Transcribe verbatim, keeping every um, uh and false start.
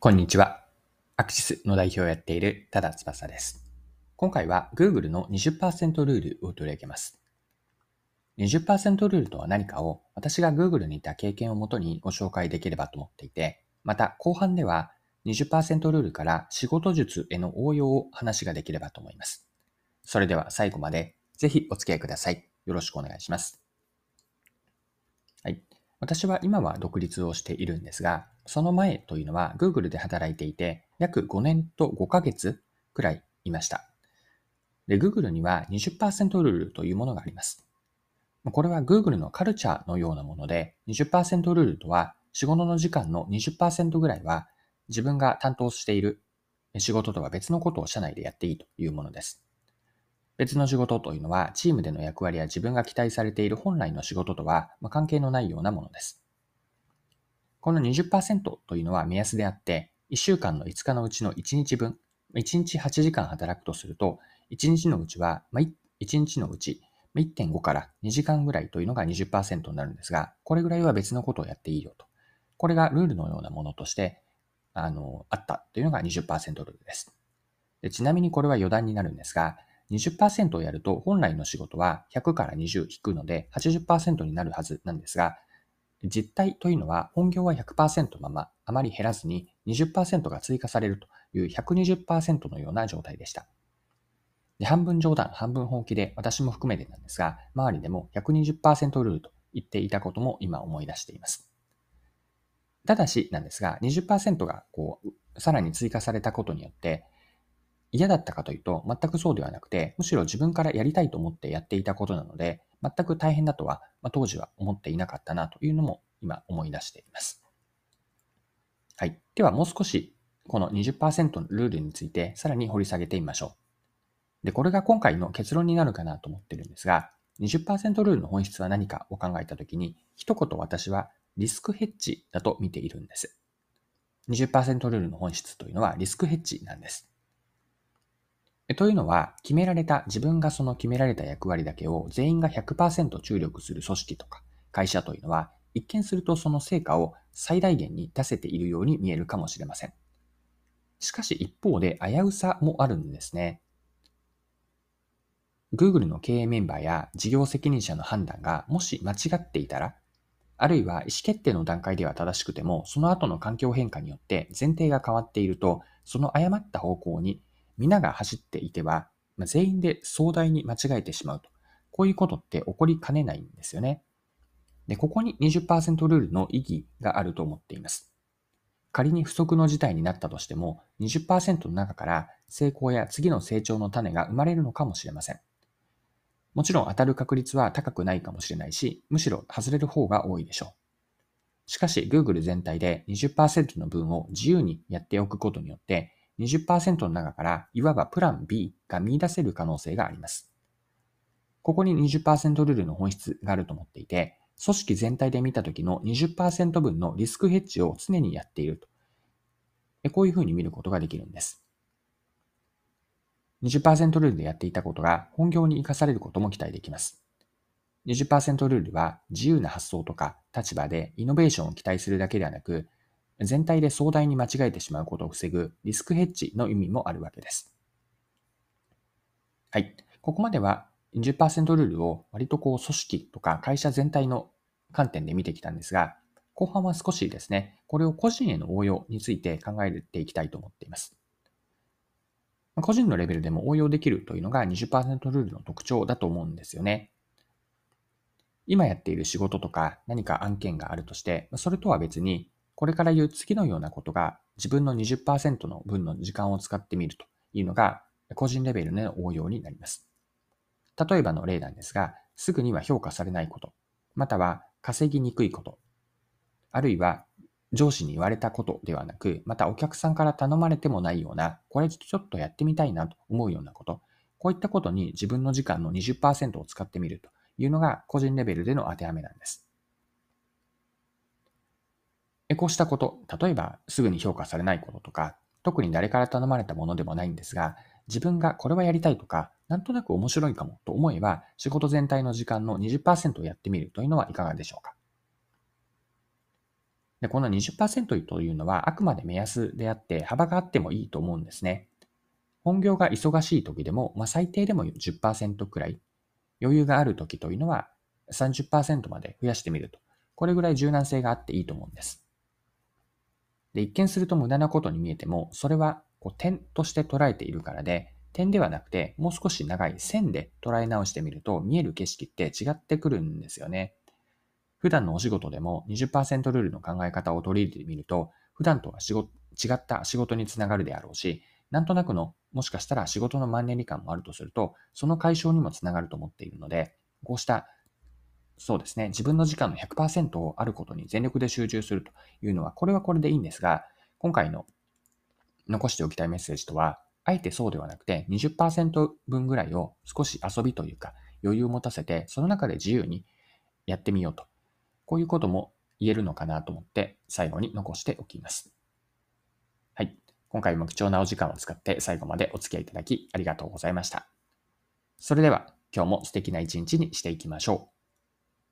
こんにちは。アクシスの代表をやっている多田翼です。今回は Google のにじゅっパーセントルールを取り上げます。にじゅっパーセントルールとは何かを私が Google にいた経験をもとにご紹介できればと思っていて、また後半ではにじゅっパーセントルールから仕事術への応用を話ができればと思います。それでは最後までぜひお付き合いください。よろしくお願いします。はい。私は今は独立をしているんですが、その前というのは Google で働いていて、約ごねんとごかげつくらいいました。で、Google にはにじゅっパーセントルールというものがあります。これは Google のカルチャーのようなもので、にじゅっパーセントルールとは仕事の時間のにじゅっパーセントぐらいは自分が担当している仕事とは別のことを社内でやっていいというものです。別の仕事というのは、チームでの役割や自分が期待されている本来の仕事とは関係のないようなものです。このにじゅっパーセントというのは目安であって、いっしゅうかんのいつかのうちのいちにちぶん、いちにちはちじかん働くとすると、いちにちのうちは、まあ、いちにちのうち いってんご からにじかんぐらいというのが にじゅっパーセント になるんですが、これぐらいは別のことをやっていいよと。これがルールのようなものとして、あの、あったというのが にじゅっパーセント ルールです。でちなみにこれは余談になるんですが、にじゅっパーセントをやると本来の仕事はひゃくからにじゅう引くので はちじゅっパーセント になるはずなんですが、実態というのは本業は ひゃくパーセント ままあまり減らずに にじゅっパーセント が追加されるという ひゃくにじゅっパーセント のような状態でした。で半分冗談半分本気で私も含めてなんですが、周りでも ひゃくにじゅっパーセント ルールと言っていたことも今思い出しています。ただしなんですが にじゅっパーセント がこうさらに追加されたことによって嫌だったかというと全くそうではなくて、むしろ自分からやりたいと思ってやっていたことなので、全く大変だとは、まあ、当時は思っていなかったなというのも今思い出しています。はい。ではもう少しこのにじゅっパーセントのルールについてさらに掘り下げてみましょう。で、これが今回の結論になるかなと思ってるんですが、にじゅっパーセントルールの本質は何かを考えたときに、一言私はリスクヘッジだと見ているんです。にじゅっパーセントルールの本質というのはリスクヘッジなんです。というのは、決められた、自分がその決められた役割だけを全員がひゃくパーセント注力する組織とか会社というのは、一見するとその成果を最大限に出せているように見えるかもしれません。しかし一方で危うさもあるんですね。Google の経営メンバーや事業責任者の判断がもし間違っていたら、あるいは意思決定の段階では正しくても、その後の環境変化によって前提が変わっていると、その誤った方向に皆が走っていては、まあ、全員で壮大に間違えてしまうと。こういうことって起こりかねないんですよね。で、ここににじゅっパーセントルールの意義があると思っています。仮に不測の事態になったとしても、にじゅっパーセントの中から成功や次の成長の種が生まれるのかもしれません。もちろん当たる確率は高くないかもしれないし、むしろ外れる方が多いでしょう。しかし Google 全体で にじゅっパーセント の分を自由にやっておくことによって、にじゅっパーセント の中からいわばプラン B が見出せる可能性があります。ここに にじゅっパーセント ルールの本質があると思っていて、組織全体で見た時の にじゅっパーセント 分のリスクヘッジを常にやっていると。こういうふうに見ることができるんです。にじゅっパーセント ルールでやっていたことが本業に活かされることも期待できます。にじゅっパーセント ルールは自由な発想とか立場でイノベーションを期待するだけではなく、全体で壮大に間違えてしまうことを防ぐリスクヘッジの意味もあるわけです。はい。ここまではにじゅっパーセントルールを割とこう組織とか会社全体の観点で見てきたんですが、後半は少しですね、これを個人への応用について考えていきたいと思っています。個人のレベルでも応用できるというのが にじゅっパーセント ルールの特徴だと思うんですよね。今やっている仕事とか何か案件があるとして、それとは別に、これから言う次のようなことが自分のにじゅっパーセントの分の時間を使ってみるというのが個人レベルでの応用になります。例えばの例なんですが、すぐには評価されないこと、または稼ぎにくいこと、あるいは上司に言われたことではなく、またお客さんから頼まれてもないような、これちょっとやってみたいなと思うようなこと、こういったことに自分の時間のにじゅっパーセントを使ってみるというのが個人レベルでの当てはめなんです。こうしたこと、例えばすぐに評価されないこととか、特に誰から頼まれたものでもないんですが、自分がこれはやりたいとか、なんとなく面白いかもと思えば、仕事全体の時間のにじゅっパーセントをやってみるというのはいかがでしょうか。 で、このにじゅっパーセントというのはあくまで目安であって幅があってもいいと思うんですね。本業が忙しい時でも、まあ、最低でもじゅっパーセントくらい、余裕がある時というのはさんじゅっパーセントまで増やしてみると。これぐらい柔軟性があっていいと思うんです。で、一見すると無駄なことに見えても、それはこう点として捉えているからで、点ではなくて、もう少し長い線で捉え直してみると、見える景色って違ってくるんですよね。普段のお仕事でもにじゅっパーセントルールの考え方を取り入れてみると、普段とは仕事違った仕事につながるであろうし、なんとなくの、もしかしたら仕事のマンネリ感もあるとすると、その解消にもつながると思っているので、こうしたそうですね。自分の時間のひゃくパーセントをあることに全力で集中するというのは、これはこれでいいんですが、今回の残しておきたいメッセージとは、あえてそうではなくてにじゅっパーセント分ぐらいを少し遊びというか余裕を持たせて、その中で自由にやってみようと。こういうことも言えるのかなと思って最後に残しておきます。はい。今回も貴重なお時間を使って最後までお付き合いいただきありがとうございました。それでは今日も素敵な一日にしていきましょう。